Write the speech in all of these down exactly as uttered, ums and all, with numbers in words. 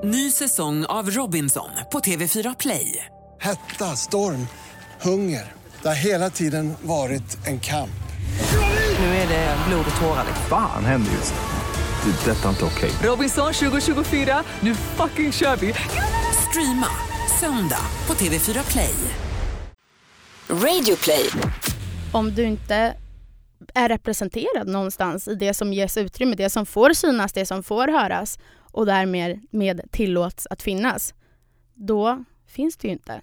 Ny säsong av Robinson på T V fyra Play. Hetta, storm, hunger. Det har hela tiden varit en kamp. Nu är det blod och tårar. Fan händer just det. Det är detta inte okej. Robinson tjugo tjugofyra, nu fucking kör vi. Streama söndag på T V fyra Play. Radio Play. Om du inte är representerad någonstans i det som ges utrymme, det som får synas, det som får höras och därmed med tillåts att finnas, då finns det ju inte.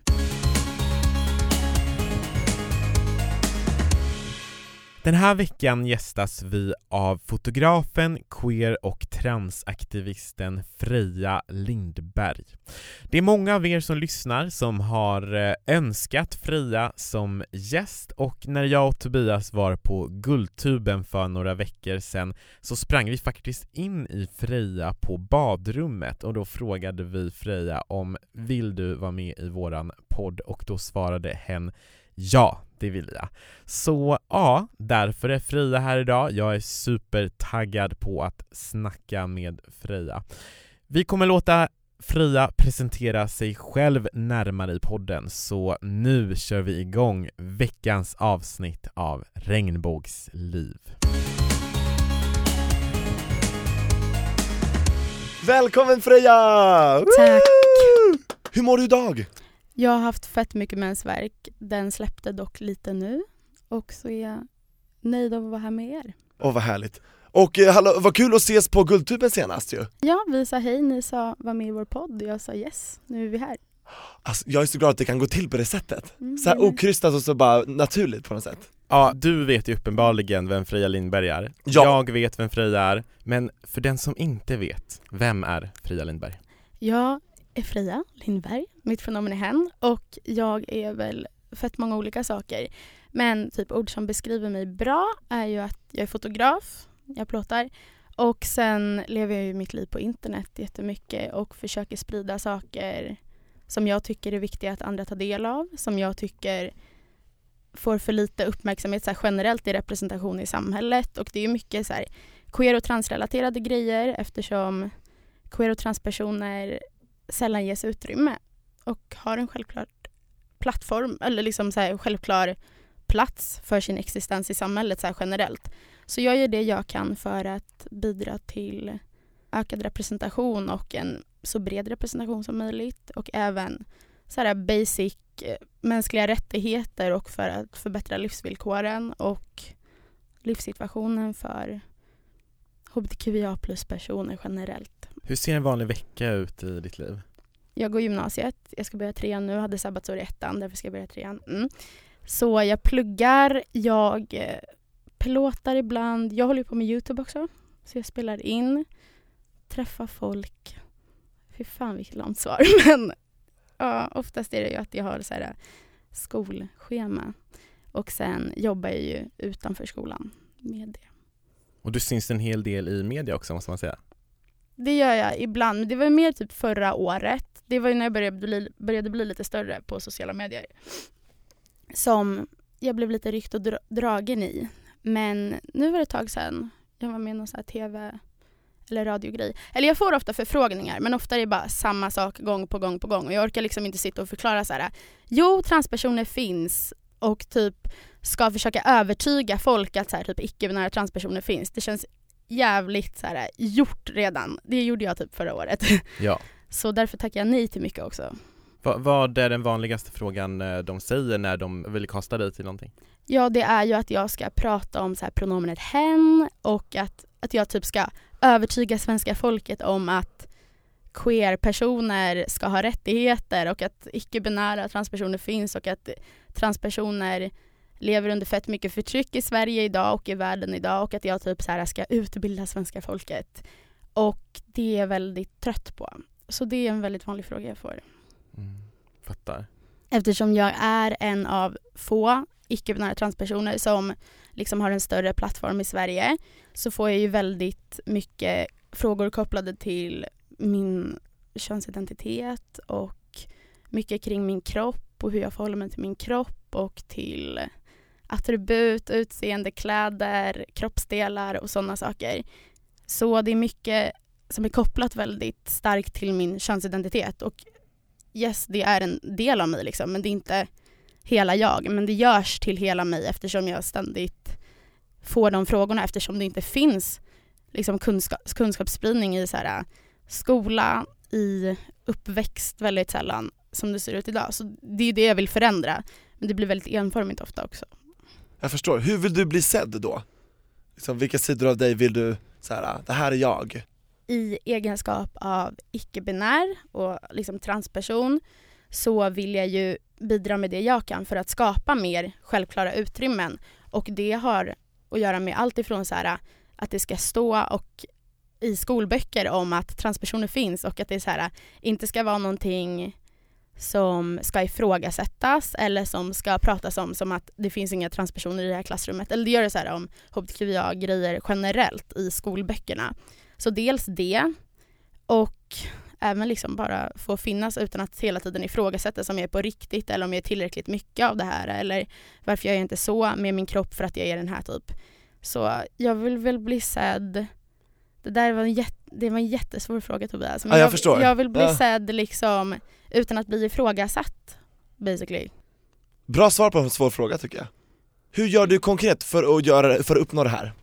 Den här veckan gästas vi av fotografen, queer och transaktivisten Freja Lindberg. Det är många av er som lyssnar som har önskat Freja som gäst, och när jag och Tobias var på Guldtuben för några veckor sedan så sprang vi faktiskt in i Freja på badrummet, och då frågade vi Freja om vill du vara med i våran podd, och då svarade hen ja, det vill jag. Så ja, därför är Freja här idag. Jag är supertaggad på att snacka med Freja. Vi kommer låta Freja presentera sig själv närmare i podden, så nu kör vi igång veckans avsnitt av Regnbågsliv. Välkommen Freja! Tack. Hur mår du idag? Jag har haft fett mycket mensvärk. Den släppte dock lite nu. Och så är jag nöjd av att vara här med er. Åh, vad härligt. Och eh, hallå, vad kul att ses på Guldtuben senast ju. Ja, vi sa hej, ni sa var med i vår podd. Jag sa yes, nu är vi här. Alltså, jag är så glad att det kan gå till på det sättet. Mm, så här det är okrystat och så bara naturligt på något sätt. Ja, du vet ju uppenbarligen vem Freja Lindberg är. Ja. Jag vet vem Freja är. Men för den som inte vet, vem är Freja Lindberg? Jag är Freja Lindberg, mitt pronomen är hen, och jag är väl fett många olika saker. Men typ ord som beskriver mig bra är ju att jag är fotograf, jag plåtar, och sen lever jag ju mitt liv på internet jättemycket och försöker sprida saker som jag tycker är viktiga att andra tar del av, som jag tycker får för lite uppmärksamhet så här generellt i representation i samhället. Och det är ju mycket så här queer- och transrelaterade grejer, eftersom queer- och transpersoner sällan ges utrymme och har en självklar plattform eller liksom så här självklar plats för sin existens i samhället så här generellt. Så jag gör det jag kan för att bidra till ökad representation och en så bred representation som möjligt, och även så här basic mänskliga rättigheter, och för att förbättra livsvillkoren och livssituationen för H B T Q I A plus personer generellt. Hur ser en vanlig vecka ut i ditt liv? Jag går gymnasiet, jag ska börja trean nu, hade sabbatsår i ettan, därför ska jag börja trean. Mm. Så jag pluggar, jag eh, pilotar ibland, jag håller på med YouTube också, så jag spelar in, träffar folk. Fy fan vilket långt svar, men ja, oftast är det ju att jag har så här skolschema, och sen jobbar jag ju utanför skolan med det. Och du syns en hel del i media också, måste man säga. Det gör jag ibland, men det var mer typ förra året. Det var ju när jag började bli, började bli lite större på sociala medier som jag blev lite ryckt och dra- dragen i. Men nu var det ett tag sedan jag var med i någon sån här tv- eller radiogrej. Eller jag får ofta förfrågningar, men ofta är det bara samma sak gång på gång på gång. Och jag orkar liksom inte sitta och förklara så här: jo, transpersoner finns, och typ ska försöka övertyga folk att så här, typ icke-binära transpersoner finns. Det känns jävligt så här, gjort redan. Det gjorde jag typ förra året. Ja. Så därför tackar jag nej till mycket också. Va- vad är den vanligaste frågan de säger när de vill kasta dig till någonting? Ja, det är ju att jag ska prata om så här pronomenet hen, och att, att jag typ ska övertyga svenska folket om att queer-personer ska ha rättigheter, och att icke-binära transpersoner finns, och att transpersoner lever under fett mycket förtryck i Sverige idag och i världen idag, och att jag typ så här ska utbilda svenska folket. Och det är jag väldigt trött på. Så det är en väldigt vanlig fråga jag får. Mm, fattar. Eftersom jag är en av få icke-binära transpersoner som liksom har en större plattform i Sverige, så får jag ju väldigt mycket frågor kopplade till min könsidentitet och mycket kring min kropp och hur jag förhåller mig till min kropp och till attribut, utseende, kläder, kroppsdelar och sådana saker. Så det är mycket som är kopplat väldigt starkt till min könsidentitet. Och yes, det är en del av mig liksom, men det är inte hela jag. Men det görs till hela mig eftersom jag ständigt får de frågorna, eftersom det inte finns liksom kunskap, kunskapsspridning i så här, skola, i uppväxt väldigt sällan som det ser ut idag. Så det är det jag vill förändra. Men det blir väldigt enformigt ofta också. Jag förstår. Hur vill du bli sedd då? Liksom, vilka sidor av dig vill du så här, det här är jag? I egenskap av icke-binär och liksom transperson så vill jag ju bidra med det jag kan för att skapa mer självklara utrymmen. Och det har att göra med allt ifrån så här, att det ska stå och i skolböcker om att transpersoner finns och att det så här, inte ska vara någonting som ska ifrågasättas eller som ska pratas om som att det finns inga transpersoner i det här klassrummet. Eller det gör det så här om H B T Q I A-grejer generellt i skolböckerna. Så dels det och även liksom bara få finnas utan att hela tiden ifrågasättas om jag är på riktigt eller om jag är tillräckligt mycket av det här eller varför jag är inte så med min kropp för att jag är den här typ. Så jag vill väl bli sedd. Det där var en, jätt, det var en jättesvår fråga Tobias. Men ja, jag, jag, förstår. jag vill bli ja. sedd liksom utan att bli ifrågasatt basically. Bra svar på en svår fråga tycker jag. Hur gör du konkret för att, göra, för att uppnå det här?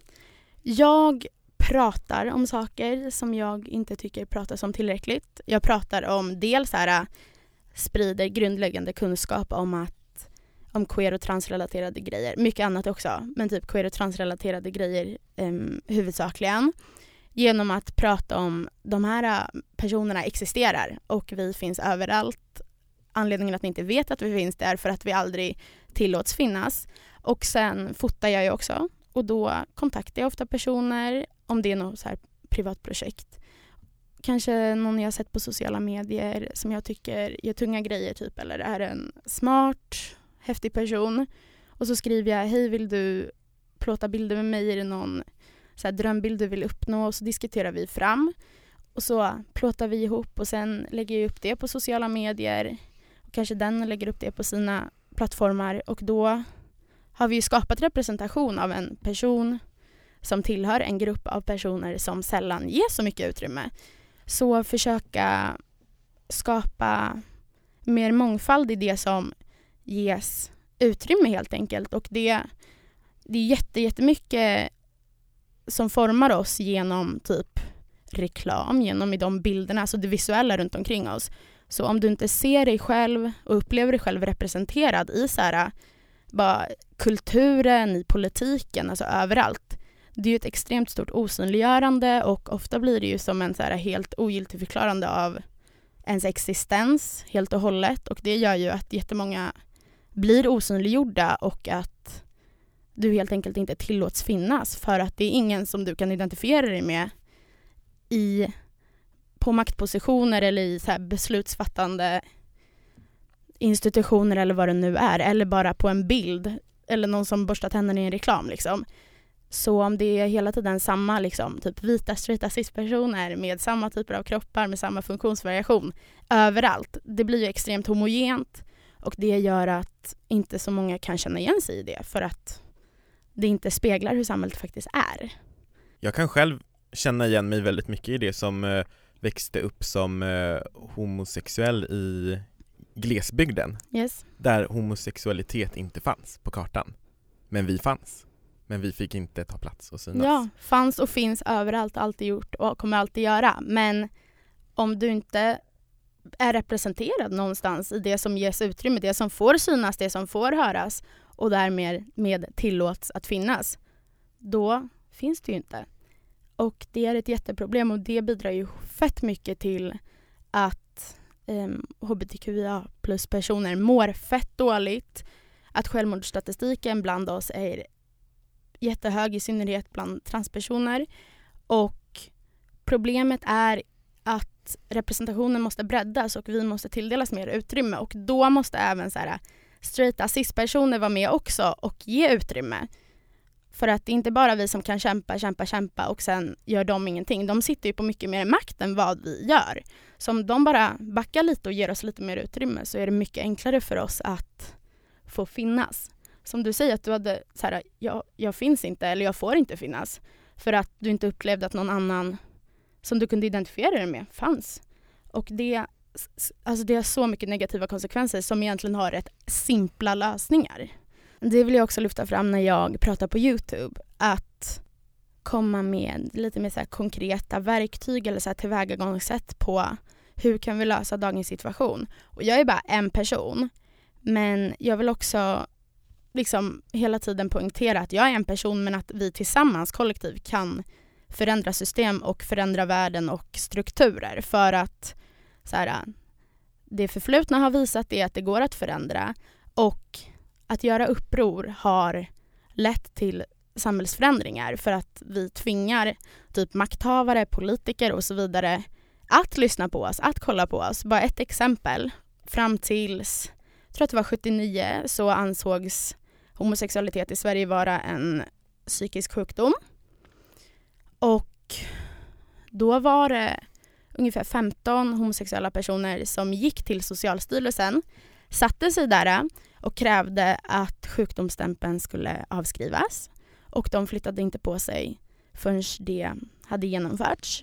Jag pratar om saker som jag inte tycker pratas om tillräckligt. Jag pratar om dels här, sprider grundläggande kunskap om att om queer- och transrelaterade grejer. Mycket annat också, men typ queer- och transrelaterade grejer um, huvudsakligen. Genom att prata om de här personerna existerar och vi finns överallt. Anledningen att ni inte vet att vi finns där är för att vi aldrig tillåts finnas. Och sen fotar jag ju också. Och då kontaktar jag ofta personer om det är något så här privat projekt. Kanske någon jag har sett på sociala medier som jag tycker gör tunga grejer typ. Eller är en smart, häftig person. Och så skriver jag, hej vill du plåta bilder med mig? Är det någon så här drömbild du vill uppnå? Och så diskuterar vi fram. Och så plåtar vi ihop och sen lägger jag upp det på sociala medier. Och kanske den lägger upp det på sina plattformar. Och då har vi ju skapat representation av en person som tillhör en grupp av personer som sällan ges så mycket utrymme. Så försöka skapa mer mångfald i det som ges utrymme helt enkelt. Och det, det är jätte, jättemycket som formar oss genom typ reklam, genom i de bilderna, alltså det visuella runt omkring oss. Så om du inte ser dig själv och upplever dig själv representerad i så här, bara kulturen, i politiken, alltså överallt. Det är ju ett extremt stort osynliggörande och ofta blir det ju som en så här helt ogiltigförklarande av ens existens helt och hållet. Och det gör ju att jättemånga blir osynliggjorda och att du helt enkelt inte tillåts finnas för att det är ingen som du kan identifiera dig med i, på maktpositioner eller i så här beslutsfattande institutioner eller vad det nu är, eller bara på en bild eller någon som borstar tänderna i en reklam liksom. Så om det är hela tiden samma liksom, typ vita, straighta cis-personer med samma typer av kroppar, med samma funktionsvariation överallt, det blir ju extremt homogent och det gör att inte så många kan känna igen sig i det för att det inte speglar hur samhället faktiskt är. Jag kan själv känna igen mig väldigt mycket i det som eh, växte upp som eh, homosexuell i glesbygden. Yes. Där homosexualitet inte fanns på kartan. Men vi fanns. Men vi fick inte ta plats och synas. Ja, fanns och finns överallt, alltid gjort och kommer alltid göra. Men om du inte är representerad någonstans i det som ges utrymme, det som får synas, det som får höras och därmed med tillåts att finnas, då finns det ju inte. Och det är ett jätteproblem och det bidrar ju fett mycket till att um, H B T Q I A plus personer mår fett dåligt. Att självmordsstatistiken bland oss är jättehög, i synnerhet bland transpersoner. Och problemet är att representationen måste breddas och vi måste tilldelas mer utrymme. Och då måste även så här, straighta cis-personer vara med också och ge utrymme. För att det är inte bara vi som kan kämpa, kämpa, kämpa och sen gör de ingenting. De sitter ju på mycket mer makt än vad vi gör. Så om de bara backar lite och ger oss lite mer utrymme så är det mycket enklare för oss att få finnas. Som du säger att du hade så här, jag, jag finns inte eller jag får inte finnas. För att du inte upplevde att någon annan som du kunde identifiera dig med fanns. Och det, alltså det har så mycket negativa konsekvenser som egentligen har rätt simpla lösningar. Det vill jag också lyfta fram när jag pratar på YouTube. Att komma med lite mer så här konkreta verktyg eller så här tillvägagångssätt på hur kan vi lösa dagens situation. Och jag är bara en person. Men jag vill också liksom hela tiden poängtera att jag är en person men att vi tillsammans kollektivt kan förändra system och förändra världen och strukturer. För att så här, det förflutna har visat det att det går att förändra och att göra uppror har lett till samhällsförändringar för att vi tvingar typ makthavare, politiker och så vidare att lyssna på oss, att kolla på oss. Bara ett exempel. Fram tills, jag tror att det var sjuttionio, så ansågs homosexualitet i Sverige vara en psykisk sjukdom. Och då var det ungefär femton homosexuella personer som gick till Socialstyrelsen, satte sig där och krävde att sjukdomsstämpeln skulle avskrivas. Och de flyttade inte på sig förrän det hade genomförts.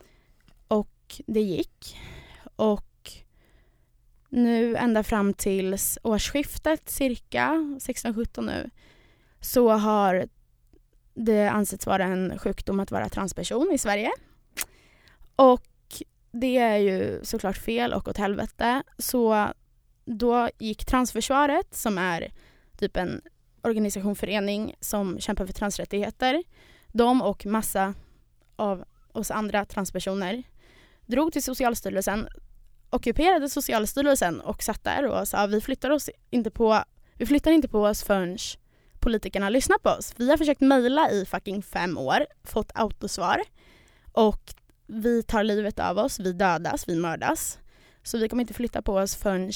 Och det gick. Och nu ända fram till årsskiftet, cirka sexton sjutton nu, så har det ansetts vara en sjukdom att vara transperson i Sverige. Och det är ju såklart fel och åt helvete. Så då gick Transförsvaret, som är typ en organisation, förening som kämpar för transrättigheter. De och massa av oss andra transpersoner drog till Socialstyrelsen, ockuperade Socialstyrelsen och satt där och sa vi flyttar oss inte på, vi flyttar inte på oss förrän politikerna lyssnar på oss. Vi har försökt mejla i fucking fem år, fått autosvar och vi tar livet av oss, vi dödas, vi mördas. Så vi kommer inte flytta på oss förrän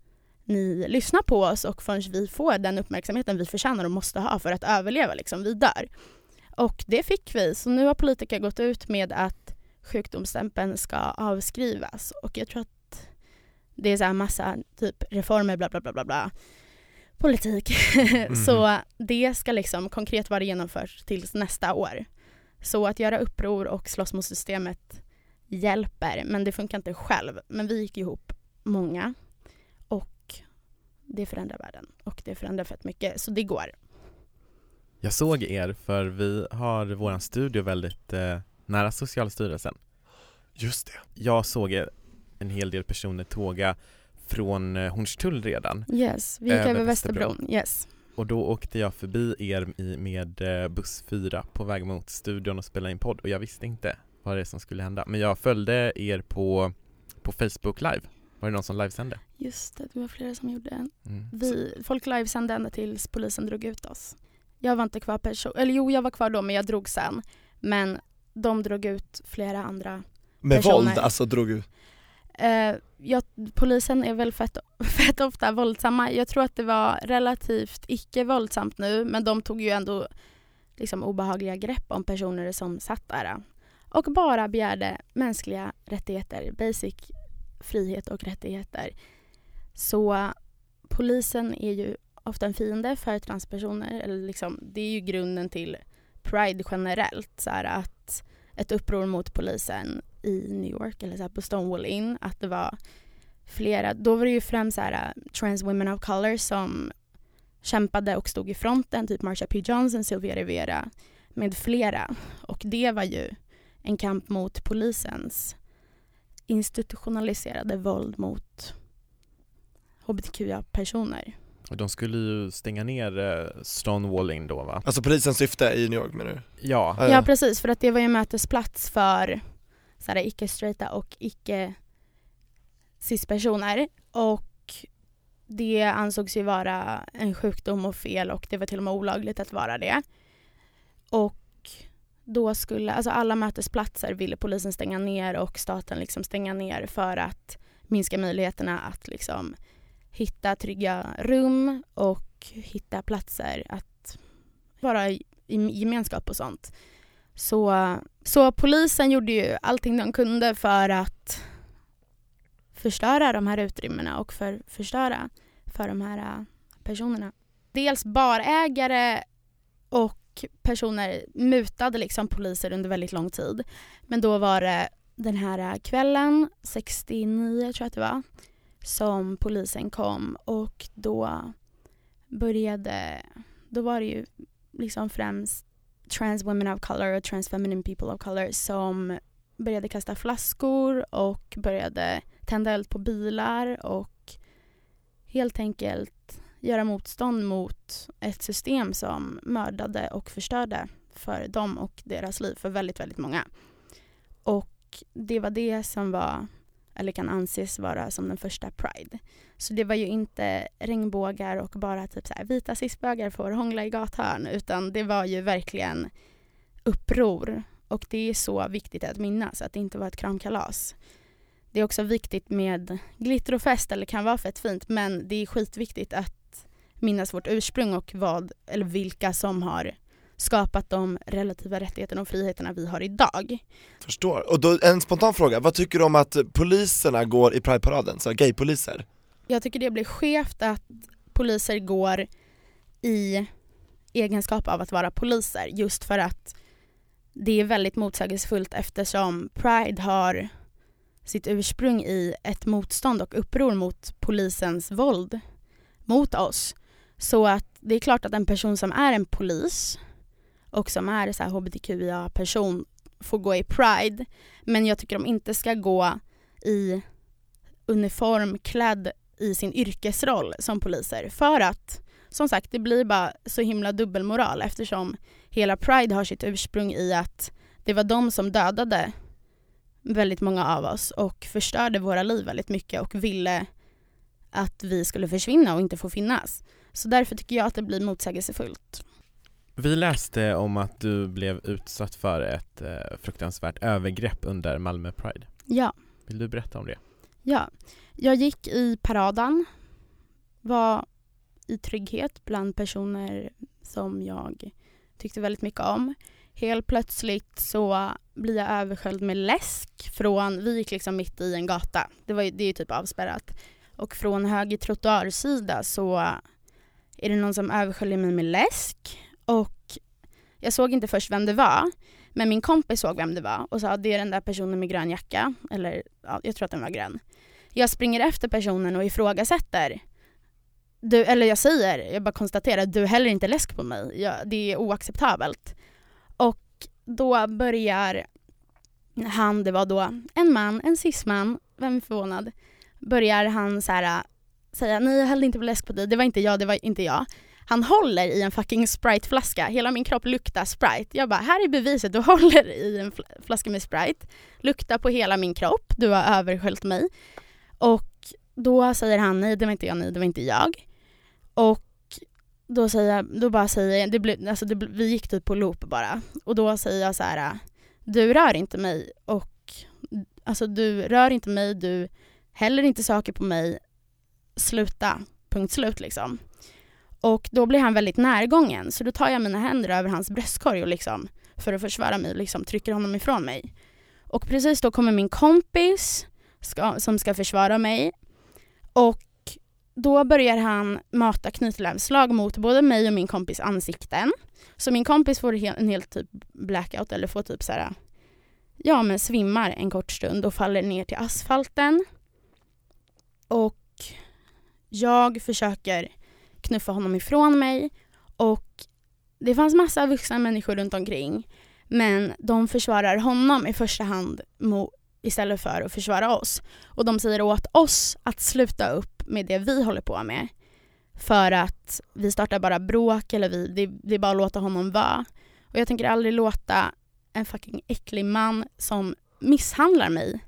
ni lyssnar på oss och förrän vi får den uppmärksamheten vi förtjänar och måste ha för att överleva. Liksom. Vi dör. Och det fick vi. Så nu har politiker gått ut med att sjukdomsstämpeln ska avskrivas. Och jag tror att det är så här massa typ reformer, bla bla bla bla bla. Politik. Mm. Så det ska liksom konkret vara genomfört till nästa år. Så att göra uppror och slåss mot systemet hjälper. Men det funkar inte själv. Men vi gick ihop många. Och det förändrar världen. Och det förändrar fett mycket. Så det går. Jag såg er för vi har våran studio väldigt eh, nära Socialstyrelsen. Just det. Jag såg er en hel del personer tåga från eh, Hornstull redan. Yes, vi gick över, över Västerbron. Västerbron. Yes. Och då åkte jag förbi er i, med eh, buss fyra på väg mot studion och spela in podd. Och jag visste inte vad det är som skulle hända. Men jag följde er på, på Facebook live. Var det någon som livesände? Just det, det var flera som gjorde det. Mm. Vi, folk livesände ända tills polisen drog ut oss. Jag var inte kvar person, eller jo jag var kvar då men jag drog sen. Men de drog ut flera andra med personer. Våld alltså drog ut? Uh, jag, polisen är väl fett, fett ofta våldsamma. Jag tror att det var relativt icke våldsamt nu men de tog ju ändå liksom obehagliga grepp om personer som satt där. Och bara begärde mänskliga rättigheter, basic frihet och rättigheter. Så polisen är ju ofta en fiende för transpersoner. Eller liksom, det är ju grunden till Pride generellt. Så här, att ett uppror mot polisen i New York eller så här, på Stonewall Inn. Att det var flera, då var det ju främst så här, trans women of color som kämpade och stod i fronten. Typ Marsha P. Johnson, Sylvia Rivera med flera. Och det var ju en kamp mot polisens institutionaliserade våld mot H B T Q I-personer. Och de skulle ju stänga ner Stonewall Inn då, va? Alltså polisens syfte i New York, menar du? Ja. Ja, ja precis. För att det var ju mötesplats för så här, icke-straighta och icke-cis-personer. Och det ansågs ju vara en sjukdom och fel och det var till och med olagligt att vara det. Och då skulle, alltså alla mötesplatser ville polisen stänga ner och staten liksom stänga ner för att minska möjligheterna att liksom hitta trygga rum och hitta platser att vara i gemenskap och sånt. Så, så polisen gjorde ju allting de kunde för att förstöra de här utrymmena och för förstöra för de här personerna. Dels barägare och och personer mutade liksom poliser under väldigt lång tid. Men då var det den här kvällen, sextionio tror jag att det var, som polisen kom och då började, då var det ju liksom främst trans women of color och trans feminine people of color som började kasta flaskor och började tända eld på bilar och helt enkelt göra motstånd mot ett system som mördade och förstörde för dem och deras liv, för väldigt, väldigt många. Och det var det som var, eller kan anses vara som den första Pride. Så det var ju inte regnbågar och bara typ så här, vita cisbögar får hångla i gathörn, utan det var ju verkligen uppror. Och det är så viktigt att minnas att det inte var ett kramkalas. Det är också viktigt med glitter och fest, eller kan vara fett fint, men det är skitviktigt att minnas vårt ursprung och vad eller vilka som har skapat de relativa rättigheterna och friheterna vi har idag. Förstår. Och då en spontan fråga, vad tycker du om att poliserna går i Pride-paraden, så gaypoliser? Jag tycker det blir skevt att poliser går i egenskap av att vara poliser, just för att det är väldigt motsägelsefullt eftersom Pride har sitt ursprung i ett motstånd och uppror mot polisens våld mot oss. Så att det är klart att en person som är en polis och som är så här H B T Q I A-person får gå i Pride, men jag tycker de inte ska gå i uniform klädd i sin yrkesroll som poliser, för att som sagt det blir bara så himla dubbelmoral eftersom hela Pride har sitt ursprung i att det var de som dödade väldigt många av oss och förstörde våra liv väldigt mycket och ville att vi skulle försvinna och inte få finnas. Så därför tycker jag att det blir motsägelsefullt. Vi läste om att du blev utsatt för ett eh, fruktansvärt övergrepp under Malmö Pride. Ja. Vill du berätta om det? Ja, jag gick i paraden, var i trygghet bland personer som jag tyckte väldigt mycket om. Helt plötsligt så blir jag översköljd med läsk från, vi gick liksom mitt i en gata, det, var ju, det är ju typ avspärrat. Och från höger trottoarsida så är det någon som översköljer mig med läsk. Och jag såg inte först vem det var, men min kompis såg vem det var och sa det är den där personen med grön jacka. Eller ja, jag tror att den var grön. Jag springer efter personen och ifrågasätter. Du, eller jag säger, jag bara konstaterar, du häller inte läsk på mig. Jag, det är oacceptabelt. Och då börjar han, det var då en man, en cisman, vem är förvånad, börjar han så här säga, nej jag hällde inte på läsk på dig, det var inte jag, det var inte jag. Han håller i en fucking Sprite-flaska. Hela min kropp luktar Sprite. Jag bara, här är beviset. Du håller i en fl- flaska med Sprite. Luktar på hela min kropp. Du har översköljt mig. Och då säger han, nej det var inte jag, nej det var inte jag. Och då säger jag, då bara säger jag, det blev, alltså det, vi gick typ på loop bara. Och då säger jag så här, du rör inte mig. Och alltså du rör inte mig, du häller inte saker på mig. Sluta, punkt slut liksom. Och då blir han väldigt närgången. Så då tar jag mina händer över hans bröstkorg och liksom, för att försvara mig, liksom, trycker honom ifrån mig. Och precis då kommer min kompis ska, som ska försvara mig. Och då börjar han mata knytnävsslag mot både mig och min kompis ansikten. Så min kompis får en helt typ blackout eller får typ så här, ja men svimmar en kort stund och faller ner till asfalten. Och jag försöker knuffa honom ifrån mig och det fanns massa vuxna människor runt omkring, men de försvarar honom i första hand mo- istället för att försvara oss. Och de säger åt oss att sluta upp med det vi håller på med, för att vi startar bara bråk eller vi, det, det är bara att låta honom vara. Och jag tänker aldrig låta en fucking äcklig man som misshandlar mig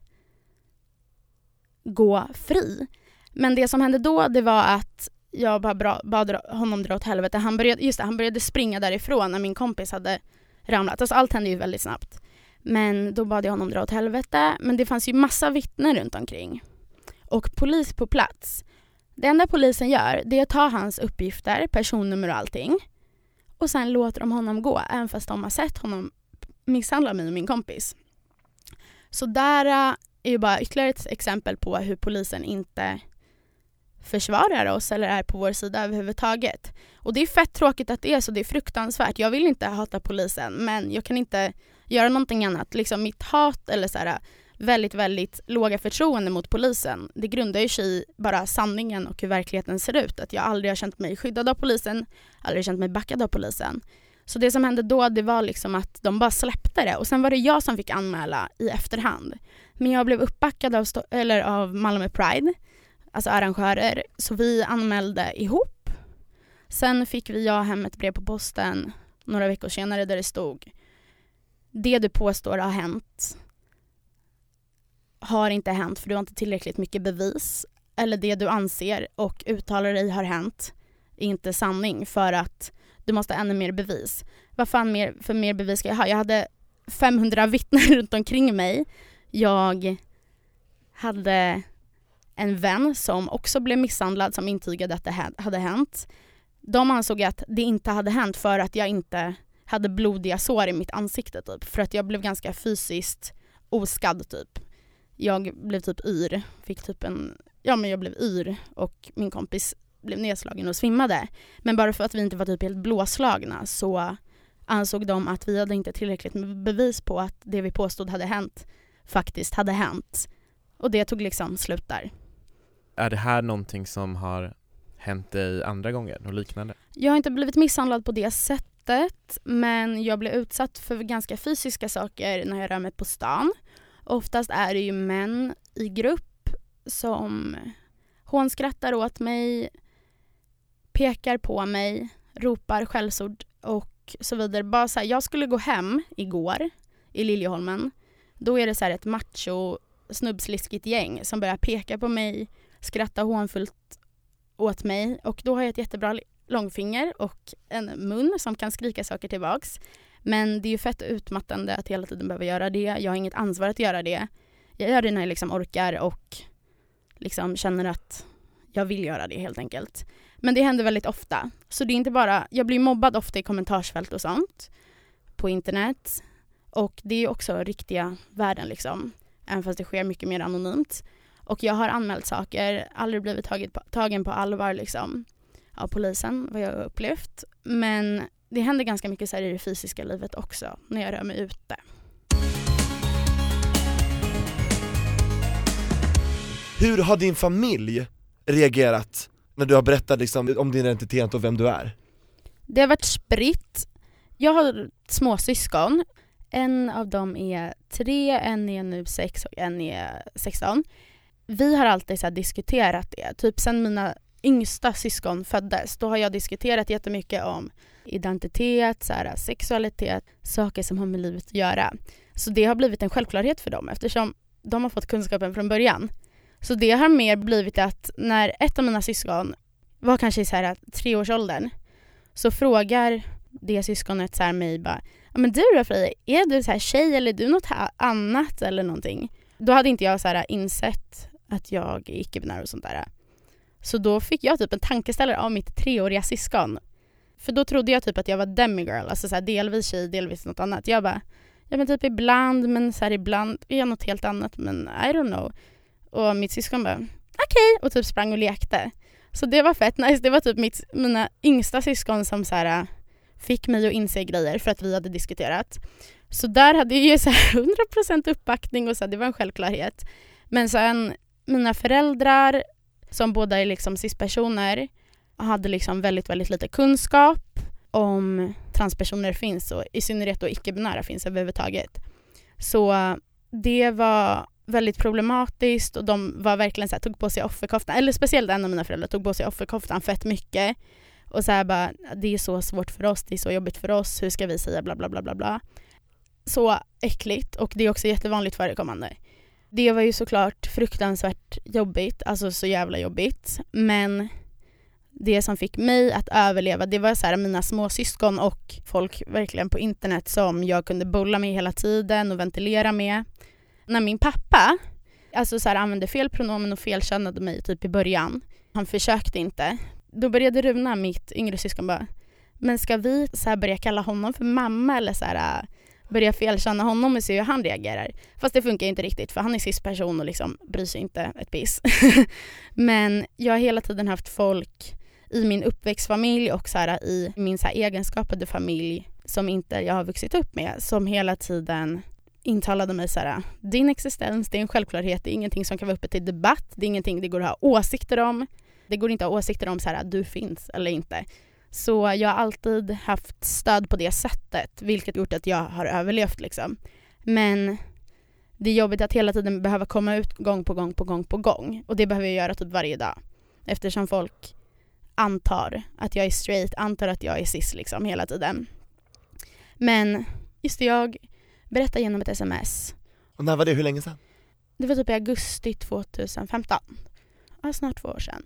gå fri. Men det som hände då, det var att jag bara bra, bad honom dra åt helvete. Han började, just det, han började springa därifrån när min kompis hade ramlat. Alltså allt hände ju väldigt snabbt. Men då bad jag honom dra åt helvete. Men det fanns ju massa vittnen runt omkring. Och polis på plats. Det enda polisen gör, det är att ta hans uppgifter, personnummer och allting. Och sen låter de honom gå, även fast de har sett honom misshandla mig och min kompis. Så där är ju bara ytterligare ett exempel på hur polisen inte försvarar oss eller är på vår sida överhuvudtaget. Och det är fett tråkigt att det är så, det är fruktansvärt. Jag vill inte hata polisen, men jag kan inte göra någonting annat. Liksom mitt hat eller så här, väldigt, väldigt låga förtroende mot polisen, det grundar ju sig i bara sanningen och hur verkligheten ser ut. Att jag aldrig har känt mig skyddad av polisen, aldrig känt mig backad av polisen. Så det som hände då, det var liksom att de bara släppte det. Och sen var det jag som fick anmäla i efterhand. Men jag blev uppbackad av, sto- eller av Malmö Pride, alltså arrangörer. Så vi anmälde ihop. Sen fick vi jag hem ett brev på posten några veckor senare där det stod: det du påstår har hänt har inte hänt för du har inte tillräckligt mycket bevis. Eller det du anser och uttalar dig har hänt är inte sanning för att du måste ha ännu mer bevis. Vad fan mer, för mer bevis ska jag ha? Jag hade femhundra vittnen runt omkring mig. Jag hade en vän som också blev misshandlad som intygade att det hade hänt. De ansåg att det inte hade hänt för att jag inte hade blodiga sår i mitt ansikte typ. För att jag blev ganska fysiskt oskadd typ. Jag blev typ yr. Fick typ en... Ja men jag blev yr och min kompis blev nedslagen och svimmade. Men bara för att vi inte var typ helt blåslagna så ansåg de att vi hade inte tillräckligt med bevis på att det vi påstod hade hänt faktiskt hade hänt. Och det tog liksom slut där. Är det här någonting som har hänt dig andra gånger och liknande? Jag har inte blivit misshandlad på det sättet, men jag blev utsatt för ganska fysiska saker när jag rör mig på stan. Oftast är det ju män i grupp som hånskrattar åt mig, pekar på mig, ropar skällsord och så vidare. Bara så här, jag skulle gå hem igår i Liljeholmen. Då är det så här ett macho snubbsliskigt gäng som börjar peka på mig, skratta hånfullt åt mig. Och då har jag ett jättebra långfinger och en mun som kan skrika saker tillbaks. Men det är ju fett utmattande att hela tiden behöva göra det. Jag har inget ansvar att göra det. Jag gör det när jag liksom orkar och liksom känner att jag vill göra det helt enkelt. Men det händer väldigt ofta. Så det är inte bara... Jag blir mobbad ofta i kommentarsfält och sånt på internet. Och det är också riktiga världen liksom. Även fast det sker mycket mer anonymt. Och jag har anmält saker, aldrig blivit taget på, tagen på allvar liksom, av polisen, vad jag har upplevt. Men det händer ganska mycket så här i det fysiska livet också, när jag rör mig ute. Hur har din familj reagerat när du har berättat liksom, om din identitet och vem du är? Det har varit spritt. Jag har små syskon. En av dem är tre, en är nu sex och en är sexton. Vi har alltid så här diskuterat det. Typ sen mina yngsta syskon föddes, då har jag diskuterat jättemycket om identitet, så här, sexualitet, saker som har med livet att göra. Så det har blivit en självklarhet för dem eftersom de har fått kunskapen från början. Så det har mer blivit att när ett av mina syskon var kanske i så här treårsåldern så frågar det syskonet så här mig bara: ja, men du då Freja, är du så här tjej eller är du något annat eller någonting? Då hade inte jag så här insett att jag är icke-binär och sånt där. Så då fick jag typ en tankeställare av mitt treåriga syskon. För då trodde jag typ att jag var demigirl, alltså så här delvis tjej, delvis något annat. Jag bara, ja men typ ibland, men så här ibland är jag något helt annat, men I don't know. Och mitt syskon bara, okej, okay, och typ sprang och lekte. Så det var fett nice. Det var typ mitt, mina yngsta syskon som så här fick mig att inse grejer för att vi hade diskuterat. Så där hade jag ju så här hundra procent uppbackning och så här, det var en självklarhet. Men sen mina föräldrar som båda är liksom cispersoner hade liksom väldigt, väldigt lite kunskap om transpersoner finns och i synnerhet då icke-binära finns överhuvudtaget. Så det var väldigt problematiskt och de var verkligen så här, tog på sig offerkoftan, eller speciellt en av mina föräldrar tog på sig offerkoftan fett mycket och så här bara, det är så svårt för oss, det är så jobbigt för oss, hur ska vi säga bla bla bla bla bla. Så äckligt, och det är också jättevanligt förekommande. Det var ju såklart fruktansvärt jobbigt, alltså så jävla jobbigt, men det som fick mig att överleva, det var så här mina små syskon och folk verkligen på internet som jag kunde bolla med hela tiden och ventilera med. När min pappa alltså så här, använde fel pronomen och felkönade mig typ i början, han försökte inte, då började Runa, mitt yngre syskon, bara, men ska vi så här börja kalla honom för mamma eller så här, börja felkänna honom och se hur han reagerar. Fast det funkar inte riktigt för han är cis-person och liksom bryr sig inte ett piss. Men jag har hela tiden haft folk i min uppväxtfamilj och så här, i min så här, egenskapade familj som inte jag har vuxit upp med, som hela tiden intalade mig så här: din existens, det är en självklarhet, det är ingenting som kan vara uppe till debatt, det är ingenting det går att ha åsikter om. Det går inte att ha åsikter om så här, du finns eller inte. Så jag har alltid haft stöd på det sättet, vilket gjort att jag har överlevt liksom. Men det är jobbigt att hela tiden behöva komma ut gång på gång på gång på gång. Och det behöver jag göra typ varje dag. Eftersom folk antar att jag är straight, antar att jag är cis liksom hela tiden. Men just det, jag berättade genom ett sms. Och när var det? Hur länge sedan? Det var typ i augusti tjugohundrafemton. Ja, snart två år sedan.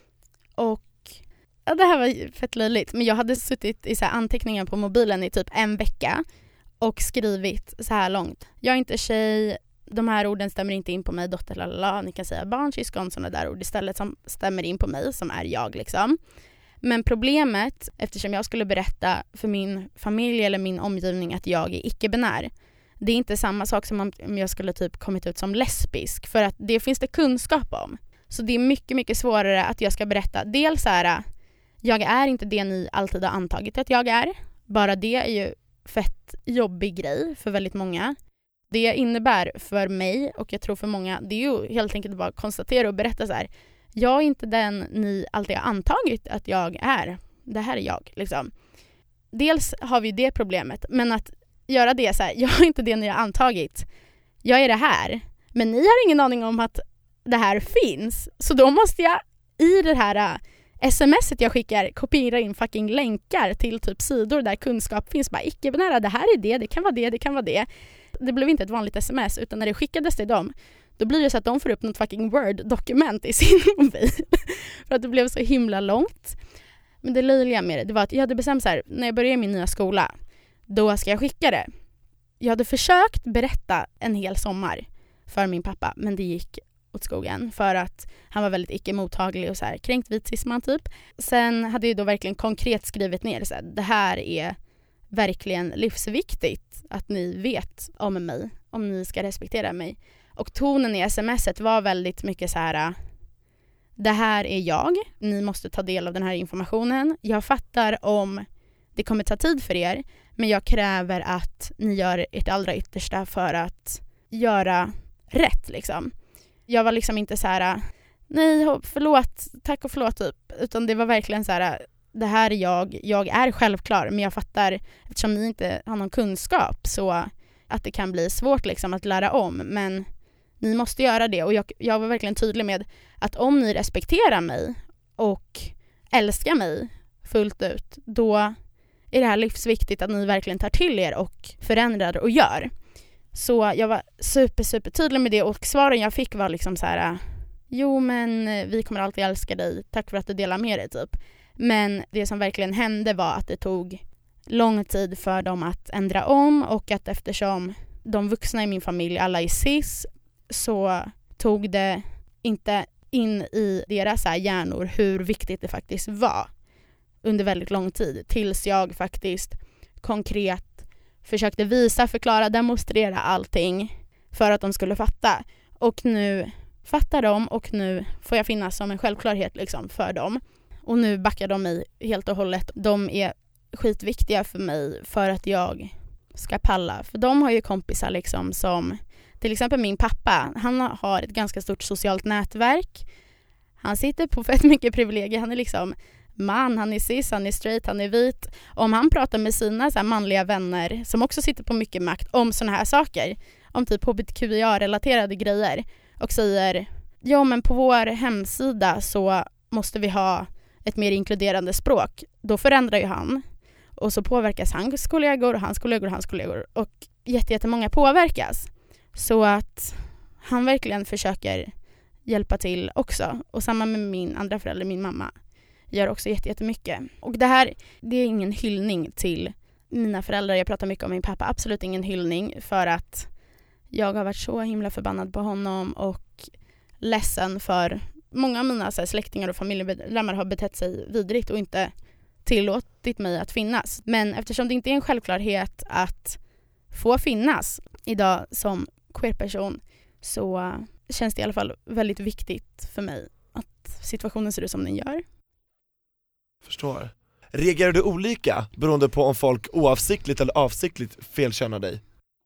Och ja, det här var fett löjligt. Men jag hade suttit i så här anteckningar på mobilen i typ en vecka och skrivit så här långt: jag är inte tjej, de här orden stämmer inte in på mig, dotter, lalala. Ni kan säga barn, syskon, sådana där ord istället som stämmer in på mig, som är jag liksom. Men problemet, eftersom jag skulle berätta för min familj eller min omgivning att jag är icke-binär, det är inte samma sak som om jag skulle typ kommit ut som lesbisk, för att det finns det kunskap om. Så det är mycket, mycket svårare att jag ska berätta. Dels så här, jag är inte det ni alltid har antagit att jag är. Bara det är ju fett jobbig grej för väldigt många. Det innebär för mig, och jag tror för många, det är ju helt enkelt bara konstatera och berätta så här: jag är inte den ni alltid har antagit att jag är. Det här är jag liksom. Dels har vi det problemet, men att göra det så här: jag är inte det ni har antagit. Jag är det här. Men ni har ingen aning om att det här finns. Så då måste jag i det här smset jag skickar kopiera in fucking länkar till typ sidor där kunskap finns. Bara icke-binära, det här är det, det kan vara det, det kan vara det. Det blev inte ett vanligt sms, utan när det skickades till dem, då blir det så att de får upp något fucking Word-dokument i sin mobil. För att det blev så himla långt. Men det löjliga med det, det var att jag hade bestämt så här: när jag börjar min nya skola, då ska jag skicka det. Jag hade försökt berätta en hel sommar för min pappa, men det gick åt skogen för att han var väldigt icke-mottaglig och så här kränkt vit cisman typ. Sen hade jag då verkligen konkret skrivit ner så här: det här är verkligen livsviktigt att ni vet om mig, om ni ska respektera mig. Och tonen i smset var väldigt mycket så här: det här är jag, ni måste ta del av den här informationen. Jag fattar om det kommer ta tid för er, men jag kräver att ni gör ert allra yttersta för att göra rätt liksom. Jag var liksom inte så här: nej, förlåt, tack och förlåt typ. Utan det var verkligen så här: det här är jag, jag är självklar, men jag fattar, eftersom ni inte har någon kunskap, så att det kan bli svårt liksom att lära om. Men ni måste göra det. Och jag, jag var verkligen tydlig med att om ni respekterar mig och älskar mig fullt ut, då är det här livsviktigt att ni verkligen tar till er och förändrar och gör. Så jag var super, super tydlig med det, och svaren jag fick var liksom så här: jo men vi kommer alltid älska dig, tack för att du delar med dig typ. Men det som verkligen hände var att det tog lång tid för dem att ändra om, och att eftersom de vuxna i min familj alla är cis, så tog det inte in i deras här hjärnor hur viktigt det faktiskt var under väldigt lång tid, tills jag faktiskt konkret försökte visa, förklara, demonstrera allting för att de skulle fatta. Och nu fattar de, och nu får jag finnas som en självklarhet liksom för dem. Och nu backar de mig helt och hållet. De är skitviktiga för mig för att jag ska palla. För de har ju kompisar liksom som, till exempel min pappa, han har ett ganska stort socialt nätverk. Han sitter på fett mycket privilegier. Han är liksom man, han är cis, han är straight, han är vit. Om han pratar med sina så här manliga vänner som också sitter på mycket makt om såna här saker, om typ H B T Q I A-relaterade grejer, och säger: ja men på vår hemsida så måste vi ha ett mer inkluderande språk, då förändrar ju han. Och så påverkas hans kollegor och hans kollegor och hans kollegor. Och jättemånga påverkas. Så att han verkligen försöker hjälpa till också. Och samma med min andra förälder, min mamma, gör också jättemycket. Och det här, det är ingen hyllning till mina föräldrar. Jag pratar mycket om min pappa. Absolut ingen hyllning, för att jag har varit så himla förbannad på honom och ledsen för många av mina så här, släktingar och familjemedlemmar har betett sig vidrigt och inte tillåtit mig att finnas. Men eftersom det inte är en självklarhet att få finnas. Idag som queerperson så känns det i alla fall väldigt viktigt för mig att situationen ser ut som den gör. Förstår. Reagerar du olika beroende på om folk oavsiktligt eller avsiktligt felkönar dig?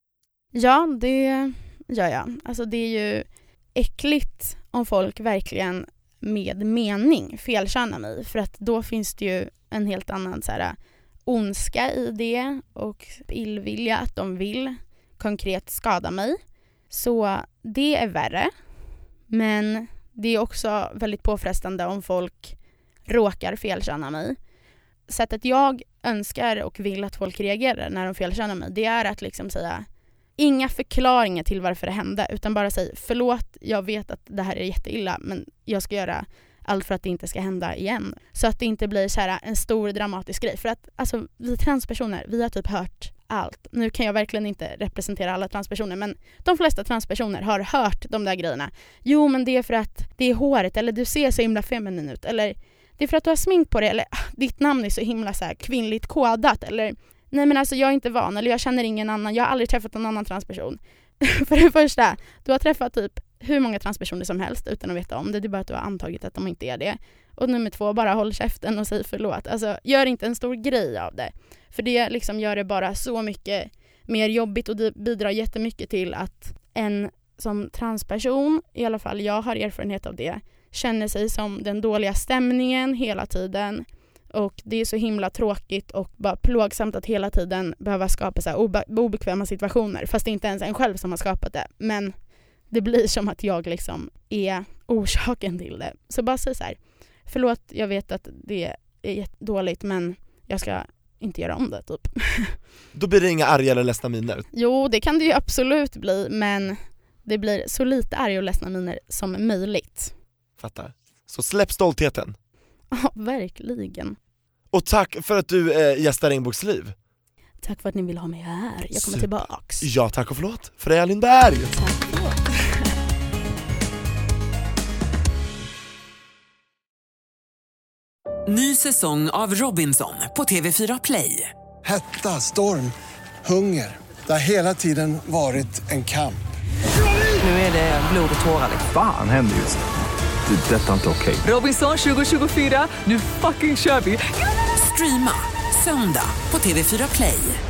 Ja, det gör jag. Alltså det är ju äckligt om folk verkligen med mening felkönar mig. För att då finns det ju en helt annan så här, ondska i det och illvilja att de vill konkret skada mig. Så det är värre. Men det är också väldigt påfrestande om folk råkar felköna mig. Sättet jag önskar och vill att folk reagerar när de felkönar mig, det är att liksom säga inga förklaringar till varför det hände, utan bara säga förlåt, jag vet att det här är jätteilla, men jag ska göra allt för att det inte ska hända igen. Så att det inte blir så här en stor dramatisk grej. För att alltså, vi transpersoner, vi har typ hört allt. Nu kan jag verkligen inte representera alla transpersoner, men de flesta transpersoner har hört de där grejerna. Jo, men det är för att det är håret, eller du ser så himla feminin ut, eller det är för att du har smink på dig, eller ah, ditt namn är så himla så här kvinnligt kodat, eller nej men alltså jag är inte van, eller jag känner ingen annan, jag har aldrig träffat en annan transperson. För det första, du har träffat typ hur många transpersoner som helst utan att veta om det, det är bara att du har antagit att de inte är det. Och nummer två, bara håll käften och säg förlåt. Alltså gör inte en stor grej av det. För det liksom gör det bara så mycket mer jobbigt, och det bidrar jättemycket till att en som transperson, i alla fall jag har erfarenhet av det, känner sig som den dåliga stämningen hela tiden. Och det är så himla tråkigt och bara plågsamt att hela tiden behöva skapa så här obe- obekväma situationer. Fast det är inte ens en själv som har skapat det. Men det blir som att jag liksom är orsaken till det. Så bara säg så här, förlåt, jag vet att det är jättedåligt, men jag ska inte göra om det typ. Då blir det inga arga eller ledsna miner? Jo, det kan det ju absolut bli, men det blir så lite arga och ledsna miner som möjligt. Fattar. Så släpp stoltheten. Ja, verkligen. Och tack för att du äh, gästar Regnbågsliv. Tack för att ni vill ha mig här. Jag kommer Super. tillbaks. Ja, tack och förlåt. Freja Lindberg. Tack förlåt. Ny säsong av Robinson på T V fyra Play. Hetta, storm, hunger. Det har hela tiden varit en kamp. Nu är det blod och tårar. Fan händer just det. Det är detta inte okej. Robinson tjugo tjugofyra, nu fucking kör vi. Streama söndag på T V fyra Play.